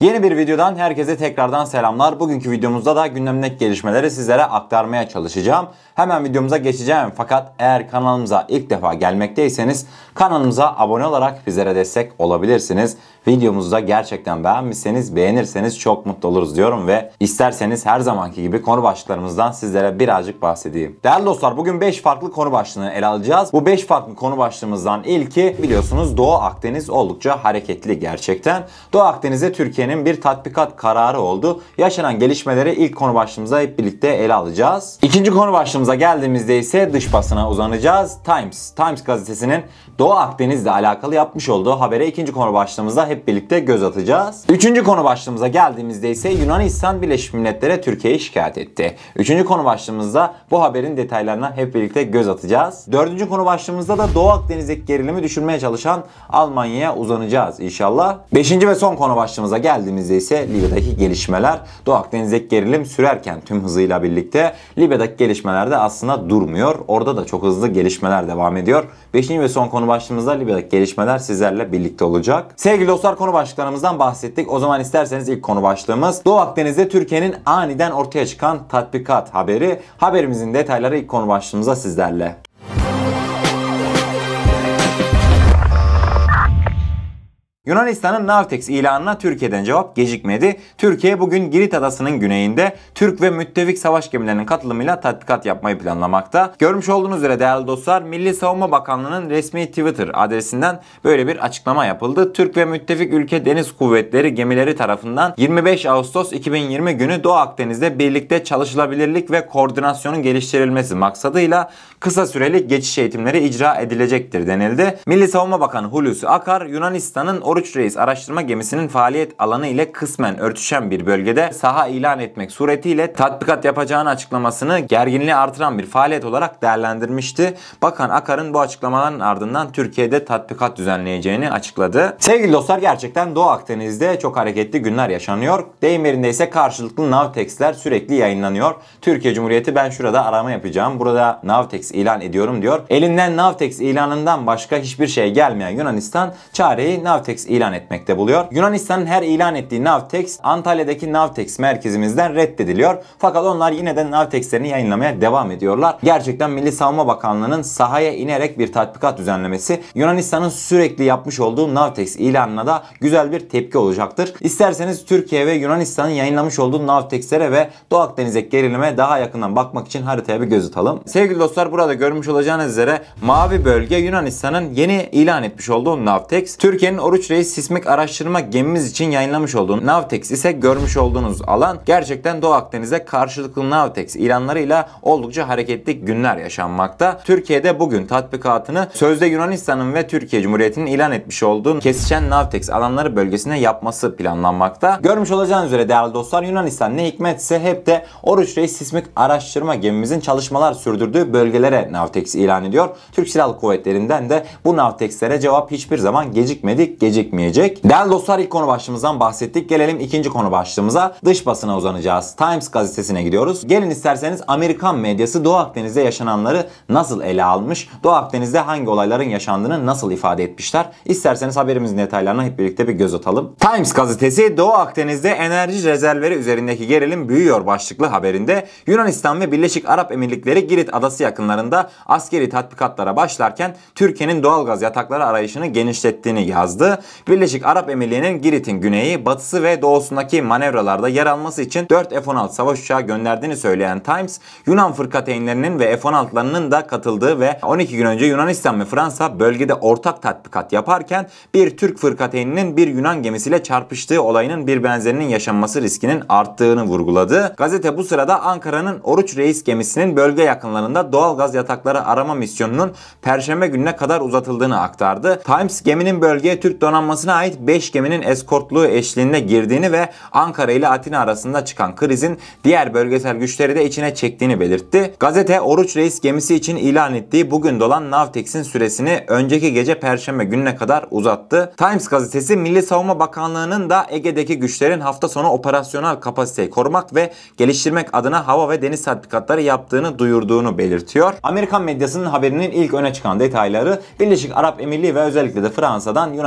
Yeni bir videodan herkese tekrardan selamlar. Bugünkü videomuzda da gündemdeki gelişmeleri sizlere aktarmaya çalışacağım. Hemen videomuza geçeceğim fakat eğer kanalımıza ilk defa gelmekteyseniz kanalımıza abone olarak bizlere destek olabilirsiniz. Videomuzu da gerçekten beğenmişseniz, beğenirseniz çok mutlu oluruz diyorum ve isterseniz her zamanki gibi konu başlıklarımızdan sizlere birazcık bahsedeyim. Değerli dostlar, bugün 5 farklı konu başlığını ele alacağız. Bu 5 farklı konu başlığımızdan ilki biliyorsunuz Doğu Akdeniz oldukça hareketli gerçekten. Doğu Akdeniz'de Türkiye'nin bir tatbikat kararı oldu. Yaşanan gelişmeleri ilk konu başlığımıza hep birlikte ele alacağız. İkinci konu başlığımıza geldiğimizde ise dış basına uzanacağız. Times gazetesinin Doğu Akdeniz'le alakalı yapmış olduğu habere ikinci konu başlığımızda hep birlikte göz atacağız. Üçüncü konu başlığımıza geldiğimizde ise Yunanistan Birleşmiş Milletler'e Türkiye'yi şikayet etti. Üçüncü konu başlığımızda bu haberin detaylarına hep birlikte göz atacağız. Dördüncü konu başlığımızda da Doğu Akdeniz'deki gerilimi düşürmeye çalışan Almanya'ya uzanacağız inşallah. Beşinci ve son konu başlığımıza geldiğimizde ise Libya'daki gelişmeler. Doğu Akdeniz'deki gerilim sürerken tüm hızıyla birlikte Libya'daki gelişmeler de aslında durmuyor. Orada da çok hızlı gelişmeler devam ediyor. Beşinci ve son konu başlığımızda Libya'daki gelişmeler sizlerle birlikte olacak. Sevgili dostlar, konu başlıklarımızdan bahsettik. O zaman isterseniz ilk konu başlığımız Doğu Akdeniz'de Türkiye'nin aniden ortaya çıkan tatbikat haberi. Haberimizin detayları ilk konu başlığımızda sizlerle. Yunanistan'ın Navtex ilanına Türkiye'den cevap gecikmedi. Türkiye bugün Girit Adası'nın güneyinde Türk ve müttefik savaş gemilerinin katılımıyla tatbikat yapmayı planlamakta. Görmüş olduğunuz üzere değerli dostlar, Milli Savunma Bakanlığı'nın resmi Twitter adresinden böyle bir açıklama yapıldı. Türk ve müttefik ülke deniz kuvvetleri gemileri tarafından 25 Ağustos 2020 günü Doğu Akdeniz'de birlikte çalışılabilirlik ve koordinasyonun geliştirilmesi maksadıyla kısa süreli geçiş eğitimleri icra edilecektir denildi. Milli Savunma Bakanı Hulusi Akar, Yunanistan'ın Oruç Reis araştırma gemisinin faaliyet alanı ile kısmen örtüşen bir bölgede saha ilan etmek suretiyle tatbikat yapacağını açıklamasını gerginliği artıran bir faaliyet olarak değerlendirmişti. Bakan Akar'ın bu açıklamaların ardından Türkiye'de tatbikat düzenleyeceğini açıkladı. Sevgili dostlar, gerçekten Doğu Akdeniz'de çok hareketli günler yaşanıyor. Deyim yerinde ise karşılıklı Navtex'ler sürekli yayınlanıyor. Türkiye Cumhuriyeti ben şurada arama yapacağım, burada Navtex ilan ediyorum diyor. Elinden Navtex ilanından başka hiçbir şey gelmeyen Yunanistan çareyi Navtex ilan etmekte buluyor. Yunanistan'ın her ilan ettiği Navtex Antalya'daki Navtex merkezimizden reddediliyor. Fakat onlar yine de Navtex'lerini yayınlamaya devam ediyorlar. Gerçekten Milli Savunma Bakanlığı'nın sahaya inerek bir tatbikat düzenlemesi Yunanistan'ın sürekli yapmış olduğu Navtex ilanına da güzel bir tepki olacaktır. İsterseniz Türkiye ve Yunanistan'ın yayınlamış olduğu Navtex'lere ve Doğu Akdeniz'deki gerilime daha yakından bakmak için haritaya bir göz atalım. Sevgili dostlar, burada görmüş olacağınız üzere mavi bölge Yunanistan'ın yeni ilan etmiş olduğu Navtex. Türkiye'nin Oruç Reis sismik araştırma gemimiz için yayınlamış olduğu Navtex ise görmüş olduğunuz alan. Gerçekten Doğu Akdeniz'de karşılıklı Navtex ilanlarıyla oldukça hareketli günler yaşanmakta. Türkiye'de bugün tatbikatını sözde Yunanistan'ın ve Türkiye Cumhuriyeti'nin ilan etmiş olduğu kesişen Navtex alanları bölgesine yapması planlanmakta. Görmüş olacağınız üzere değerli dostlar, Yunanistan ne hikmetse hep de Oruç Reis sismik araştırma gemimizin çalışmalar sürdürdüğü bölgelere Navtex ilan ediyor. Türk Silahlı Kuvvetleri'nden de bu Navtex'lere cevap hiçbir zaman gecikmeyecek. Değerli dostlar, ilk konu başlığımızdan bahsettik. Gelelim ikinci konu başlığımıza. Dış basına uzanacağız. Times gazetesine gidiyoruz. Gelin isterseniz Amerikan medyası Doğu Akdeniz'de yaşananları nasıl ele almış? Doğu Akdeniz'de hangi olayların yaşandığını nasıl ifade etmişler? İsterseniz haberimizin detaylarına hep birlikte bir göz atalım. Times gazetesi Doğu Akdeniz'de enerji rezervleri üzerindeki gerilim büyüyor başlıklı haberinde Yunanistan ve Birleşik Arap Emirlikleri Girit Adası yakınlarında askeri tatbikatlara başlarken Türkiye'nin doğalgaz yatakları arayışını genişlettiğini yazdı. Birleşik Arap Emirliği'nin Girit'in güneyi, batısı ve doğusundaki manevralarda yer alması için 4 F-16 savaş uçağı gönderdiğini söyleyen Times, Yunan fırkateynlerinin ve F-16'larının da katıldığı ve 12 gün önce Yunanistan ve Fransa bölgede ortak tatbikat yaparken bir Türk fırkateyninin bir Yunan gemisiyle çarpıştığı olayının bir benzerinin yaşanması riskinin arttığını vurguladı. Gazete bu sırada Ankara'nın Oruç Reis gemisinin bölge yakınlarında doğalgaz yatakları arama misyonunun Perşembe gününe kadar uzatıldığını aktardı. Times, geminin bölgeye Türk donanmasına ait 5 geminin eskortluğu eşliğinde girdiğini ve Ankara ile Atina arasında çıkan krizin diğer bölgesel güçleri de içine çektiğini belirtti. Gazete, Oruç Reis gemisi için ilan ettiği bugün dolan Navtex'in süresini önceki gece Perşembe gününe kadar uzattı. Times gazetesi, Milli Savunma Bakanlığı'nın da Ege'deki güçlerin hafta sonu operasyonel kapasiteyi korumak ve geliştirmek adına hava ve deniz tatbikatları yaptığını duyurduğunu belirtiyor. Amerikan medyasının haberinin ilk öne çıkan detayları Birleşik Arap Emirliği ve özellikle de Fransa'dan Yunanistan'a bir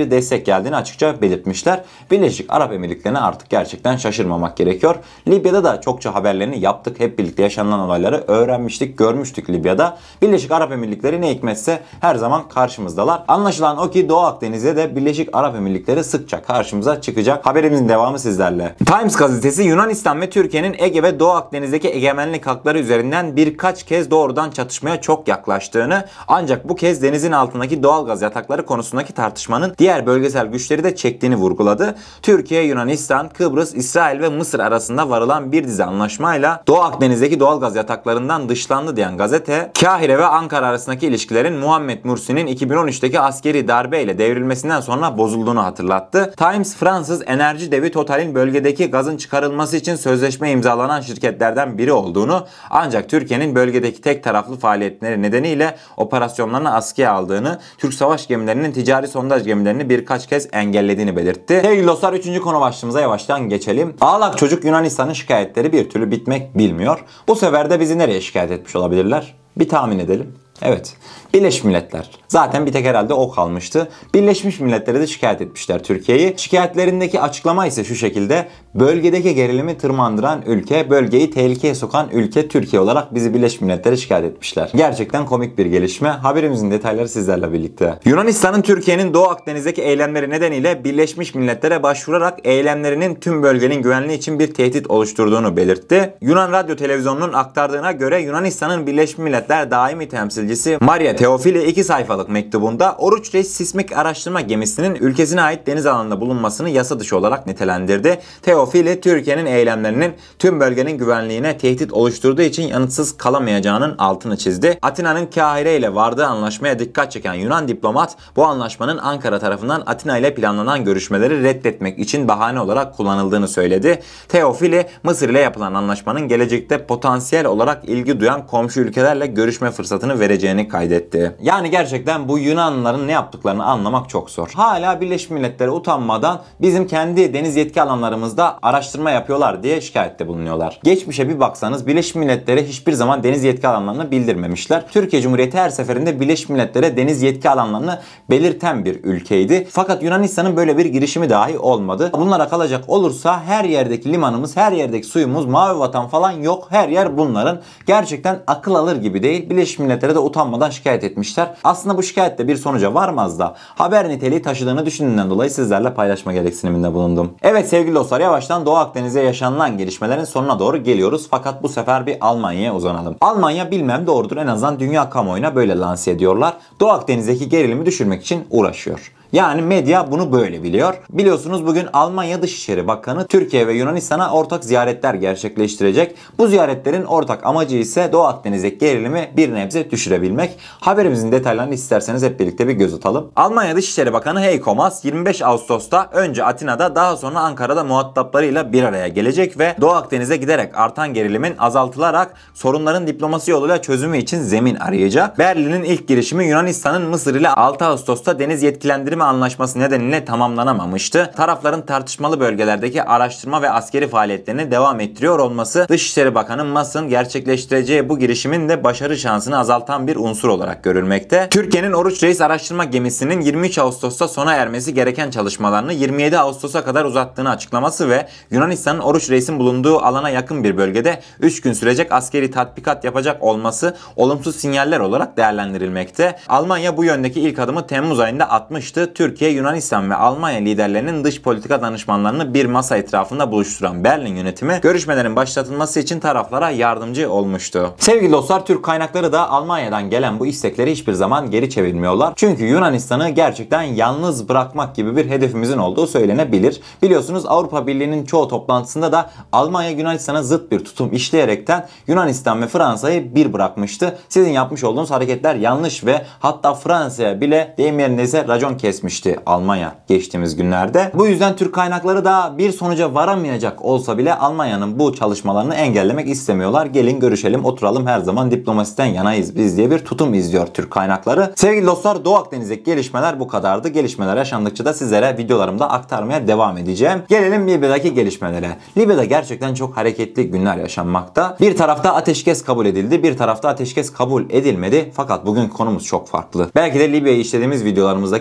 bir destek geldiğini açıkça belirtmişler. Birleşik Arap Emirlikleri'ne artık gerçekten şaşırmamak gerekiyor. Libya'da da çokça haberlerini yaptık. Hep birlikte yaşanan olayları öğrenmiştik, görmüştük Libya'da. Birleşik Arap Emirlikleri ne hikmetse her zaman karşımızdalar. Anlaşılan o ki Doğu Akdeniz'de de Birleşik Arap Emirlikleri sıkça karşımıza çıkacak. Haberimizin devamı sizlerle. Times gazetesi Yunanistan ve Türkiye'nin Ege ve Doğu Akdeniz'deki egemenlik hakları üzerinden birkaç kez doğrudan çatışmaya çok yaklaştığını, ancak bu kez denizin altındaki doğalgaz yatakları konusundaki tartışmanın diğer bölgesel güçleri de çektiğini vurguladı. Türkiye, Yunanistan, Kıbrıs, İsrail ve Mısır arasında varılan bir dizi anlaşmayla Doğu Akdeniz'deki doğalgaz yataklarından dışlandı diyen gazete, Kahire ve Ankara arasındaki ilişkilerin Muhammed Mursi'nin 2013'teki askeri darbeyle devrilmesinden sonra bozulduğunu hatırlattı. Times, Fransız enerji devi Total'in bölgedeki gazın çıkarılması için sözleşme imzalanan şirketlerden biri olduğunu, ancak Türkiye'nin bölgedeki tek taraflı faaliyetleri nedeniyle operasyonlarını askıya aldığını, Türk savaş gemilerinin ticari sondaj gemilerini birkaç kez engellediğini belirtti. Sevgili dostlar, 3. konu başlığımıza yavaştan geçelim. Ağlak çocuk Yunanistan'ın şikayetleri bir türlü bitmek bilmiyor. Bu sefer de bizi nereye şikayet etmiş olabilirler? Bir tahmin edelim. Evet, Birleşmiş Milletler. Zaten bir tek herhalde o kalmıştı. Birleşmiş Milletler'e de şikayet etmişler Türkiye'yi. Şikayetlerindeki açıklama ise şu şekilde: bölgedeki gerilimi tırmandıran ülke, bölgeyi tehlikeye sokan ülke Türkiye olarak bizi Birleşmiş Milletler'e şikayet etmişler. Gerçekten komik bir gelişme. Haberimizin detayları sizlerle birlikte. Yunanistan'ın Türkiye'nin Doğu Akdeniz'deki eylemleri nedeniyle Birleşmiş Milletler'e başvurarak eylemlerinin tüm bölgenin güvenliği için bir tehdit oluşturduğunu belirtti. Yunan Radyo Televizyonu'nun aktardığına göre Yunanistan'ın Birleşmiş Milletler daimi temsilcisi Maria Teofili 2 sayfalık mektubunda Oruç Reis sismik araştırma gemisinin ülkesine ait deniz alanında bulunmasını yasa dışı olarak nitelendirdi. Teofili, Türkiye'nin eylemlerinin tüm bölgenin güvenliğine tehdit oluşturduğu için yanıtsız kalamayacağının altını çizdi. Atina'nın Kahire ile vardığı anlaşmaya dikkat çeken Yunan diplomat, bu anlaşmanın Ankara tarafından Atina ile planlanan görüşmeleri reddetmek için bahane olarak kullanıldığını söyledi. Teofili, Mısır ile yapılan anlaşmanın gelecekte potansiyel olarak ilgi duyan komşu ülkelerle görüşme fırsatını vereceğini kaydetti. Yani gerçekten bu Yunanlıların ne yaptıklarını anlamak çok zor. Hala Birleşmiş Milletler'e utanmadan bizim kendi deniz yetki alanlarımızda araştırma yapıyorlar diye şikayette bulunuyorlar. Geçmişe bir baksanız Birleşmiş Milletler'e hiçbir zaman deniz yetki alanlarını bildirmemişler. Türkiye Cumhuriyeti her seferinde Birleşmiş Milletler'e deniz yetki alanlarını belirten bir ülkeydi. Fakat Yunanistan'ın böyle bir girişimi dahi olmadı. Bunlara kalacak olursa her yerdeki limanımız, her yerdeki suyumuz, mavi vatan falan yok. Her yer bunların. Gerçekten akıl alır gibi değil. Birleşmiş Milletler'e de utanmadan şikayet etmişler. Aslında bu şikayet de bir sonuca varmaz da haber niteliği taşıdığını düşündüğümden dolayı sizlerle paylaşma gereksiniminde bulundum. Evet sevgili dostlar, yavaştan Doğu Akdeniz'de yaşanılan gelişmelerin sonuna doğru geliyoruz. Fakat bu sefer bir Almanya'ya uzanalım. Almanya, bilmem doğrudur, en azından dünya kamuoyuna böyle lanse ediyorlar, Doğu Akdeniz'deki gerilimi düşürmek için uğraşıyor. Yani medya bunu böyle biliyor. Biliyorsunuz bugün Almanya Dışişleri Bakanı Türkiye ve Yunanistan'a ortak ziyaretler gerçekleştirecek. Bu ziyaretlerin ortak amacı ise Doğu Akdeniz'deki gerilimi bir nebze düşürebilmek. Haberimizin detaylarını isterseniz hep birlikte bir göz atalım. Almanya Dışişleri Bakanı Heiko Maas 25 Ağustos'ta önce Atina'da, daha sonra Ankara'da muhataplarıyla bir araya gelecek ve Doğu Akdeniz'e giderek artan gerilimin azaltılarak sorunların diplomasi yoluyla çözümü için zemin arayacak. Berlin'in ilk girişimi Yunanistan'ın Mısır ile 6 Ağustos'ta deniz yetkilendirme anlaşması nedeniyle tamamlanamamıştı. Tarafların tartışmalı bölgelerdeki araştırma ve askeri faaliyetlerini devam ettiriyor olması, Dışişleri Bakanı Maas'ın gerçekleştireceği bu girişimin de başarı şansını azaltan bir unsur olarak görülmekte. Türkiye'nin Oruç Reis araştırma gemisinin 23 Ağustos'ta sona ermesi gereken çalışmalarını 27 Ağustos'a kadar uzattığını açıklaması ve Yunanistan'ın Oruç Reis'in bulunduğu alana yakın bir bölgede 3 gün sürecek askeri tatbikat yapacak olması olumsuz sinyaller olarak değerlendirilmekte. Almanya bu yöndeki ilk adımı Temmuz ayında atmıştı. Türkiye, Yunanistan ve Almanya liderlerinin dış politika danışmanlarını bir masa etrafında buluşturan Berlin yönetimi görüşmelerin başlatılması için taraflara yardımcı olmuştu. Sevgili dostlar, Türk kaynakları da Almanya'dan gelen bu istekleri hiçbir zaman geri çevirmiyorlar. Çünkü Yunanistan'ı gerçekten yalnız bırakmak gibi bir hedefimizin olduğu söylenebilir. Biliyorsunuz Avrupa Birliği'nin çoğu toplantısında da Almanya Yunanistan'a zıt bir tutum işleyerekten Yunanistan ve Fransa'yı bir bırakmıştı. Sizin yapmış olduğunuz hareketler yanlış ve hatta Fransa'ya bile deyim yerindeyse racon kesmişti Almanya geçtiğimiz günlerde. Bu yüzden Türk kaynakları da bir sonuca varamayacak olsa bile Almanya'nın bu çalışmalarını engellemek istemiyorlar. Gelin görüşelim, oturalım, her zaman diplomasiden yanayız biz diye bir tutum izliyor Türk kaynakları. Sevgili dostlar, Doğu Akdeniz'deki gelişmeler bu kadardı. Gelişmeler yaşandıkça da sizlere videolarımda aktarmaya devam edeceğim. Gelelim Libya'daki gelişmelere. Libya'da gerçekten çok hareketli günler yaşanmakta. Bir tarafta ateşkes kabul edildi, bir tarafta ateşkes kabul edilmedi. Fakat bugün konumuz çok farklı. Belki de Libya'yı işlediğimiz videolarımızdaki en önemli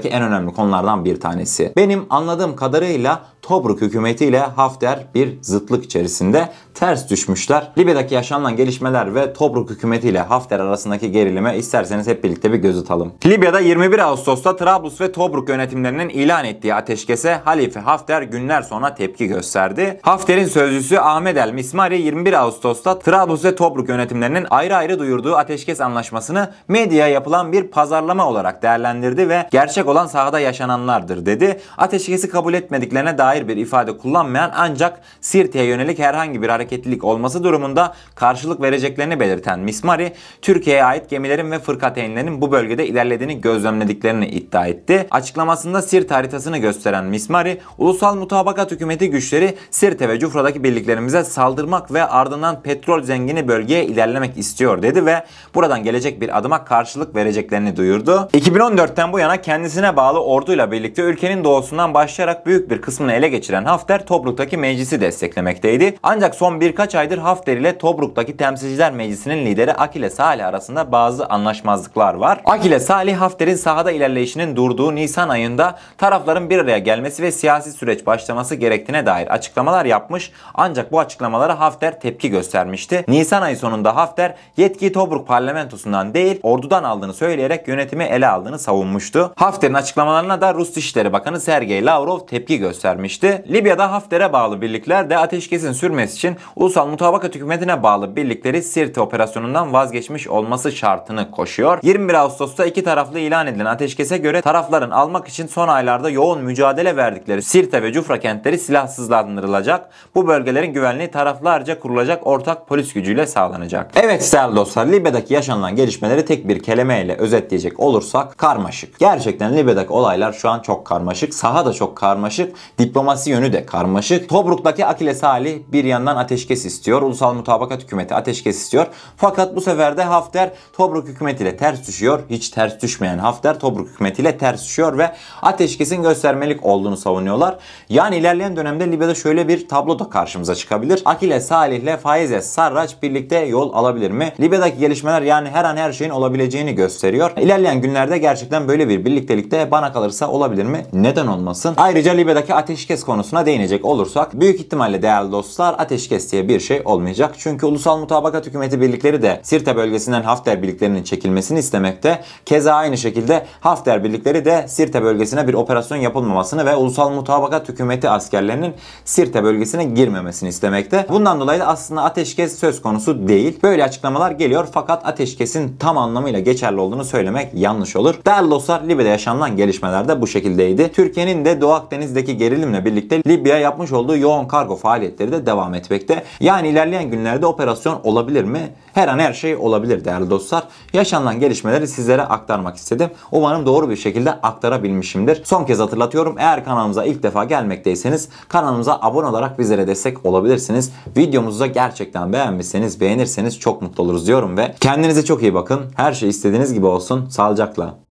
önemli konulardan bir tanesi. Benim anladığım kadarıyla Tobruk hükümetiyle Hafter bir zıtlık içerisinde, ters düşmüşler. Libya'daki yaşanılan gelişmeler ve Tobruk hükümetiyle Hafter arasındaki gerilime isterseniz hep birlikte bir göz atalım. Libya'da 21 Ağustos'ta Trablus ve Tobruk yönetimlerinin ilan ettiği ateşkese Halife Hafter günler sonra tepki gösterdi. Hafter'in sözcüsü Ahmed El Mismari 21 Ağustos'ta Trablus ve Tobruk yönetimlerinin ayrı ayrı duyurduğu ateşkes anlaşmasını medyaya yapılan bir pazarlama olarak değerlendirdi ve gerçek olan sahada yaşananlardır dedi. Ateşkesi kabul etmediklerine dair bir ifade kullanmayan ancak Sirte'ye yönelik herhangi bir hareketlilik olması durumunda karşılık vereceklerini belirten Mismari, Türkiye'ye ait gemilerin ve fırkateynlerin bu bölgede ilerlediğini gözlemlediklerini iddia etti. Açıklamasında Sirte haritasını gösteren Mismari, Ulusal Mutabakat Hükümeti güçleri Sirte ve Cufra'daki birliklerimize saldırmak ve ardından petrol zengini bölgeye ilerlemek istiyor dedi ve buradan gelecek bir adıma karşılık vereceklerini duyurdu. 2014'ten bu yana kendisine bağlı orduyla birlikte ülkenin doğusundan başlayarak büyük bir kısmını ele geçiren Hafter, Tobruk'taki meclisi desteklemekteydi. Ancak son birkaç aydır Hafter ile Tobruk'taki Temsilciler Meclisi'nin lideri Akile Salih arasında bazı anlaşmazlıklar var. Akile Salih, Hafter'in sahada ilerleyişinin durduğu Nisan ayında tarafların bir araya gelmesi ve siyasi süreç başlaması gerektiğine dair açıklamalar yapmış. Ancak bu açıklamalara Hafter tepki göstermişti. Nisan ayı sonunda Hafter yetkiyi Tobruk parlamentosundan değil ordudan aldığını söyleyerek yönetimi ele aldığını savunmuştu. Hafter'in açıklamalarına da Rus Dışişleri Bakanı Sergey Lavrov tepki göstermişti. Libya'da Hafter'e bağlı birlikler de ateşkesin sürmesi için Ulusal Mutabakat Hükümeti'ne bağlı birlikleri Sirte operasyonundan vazgeçmiş olması şartını koşuyor. 21 Ağustos'ta iki taraflı ilan edilen ateşkese göre tarafların almak için son aylarda yoğun mücadele verdikleri Sirte ve Cufra kentleri silahsızlandırılacak. Bu bölgelerin güvenliği taraflarca kurulacak ortak polis gücüyle sağlanacak. Evet değerli dostlar, Libya'daki yaşanılan gelişmeleri tek bir kelimeyle özetleyecek olursak karmaşık. Gerçekten Libya'daki olaylar şu an çok karmaşık. Saha da çok karmaşık. Diplomasi yönü de karmaşık. Tobruk'taki Akile Salih bir yandan ateşkes istiyor. Ulusal Mutabakat Hükümeti ateşkes istiyor. Fakat bu sefer de Hafter Tobruk hükümetiyle ters düşüyor. Hiç ters düşmeyen Hafter Tobruk hükümetiyle ters düşüyor ve ateşkesin göstermelik olduğunu savunuyorlar. Yani ilerleyen dönemde Libya'da şöyle bir tablo da karşımıza çıkabilir. Akile Salih ile Faiz Sarraç birlikte yol alabilir mi? Libya'daki gelişmeler yani her an her şeyin olabileceğini gösteriyor. İlerleyen günlerde gerçekten böyle bir birliktelikte bana kalırsa olabilir mi? Neden olmasın? Ayrıca Libya'daki ateşkes konusuna değinecek olursak büyük ihtimalle değerli dostlar ateşkes diye bir şey olmayacak. Çünkü Ulusal Mutabakat Hükümeti birlikleri de Sirte bölgesinden Hafter birliklerinin çekilmesini istemekte. Keza aynı şekilde Hafter birlikleri de Sirte bölgesine bir operasyon yapılmamasını ve Ulusal Mutabakat Hükümeti askerlerinin Sirte bölgesine girmemesini istemekte. Bundan dolayı da aslında ateşkes söz konusu değil. Böyle açıklamalar geliyor fakat ateşkesin tam anlamıyla geçerli olduğunu söylemek yanlış olur. Değerli dostlar, Libya'da yaşanılan gelişmeler de bu şekildeydi. Türkiye'nin de Doğu Akdeniz'deki gerilimle birlikte Libya'ya yapmış olduğu yoğun kargo faaliyetleri de devam etmekte. Yani ilerleyen günlerde operasyon olabilir mi? Her an her şey olabilir değerli dostlar. Yaşanılan gelişmeleri sizlere aktarmak istedim. Umarım doğru bir şekilde aktarabilmişimdir. Son kez hatırlatıyorum. Eğer kanalımıza ilk defa gelmekteyseniz kanalımıza abone olarak bizlere destek olabilirsiniz. Videomuzu da gerçekten beğenmişseniz, beğenirseniz çok mutlu oluruz diyorum ve kendinize çok iyi bakın. Her şey istediğiniz gibi olsun. Sağlıcakla.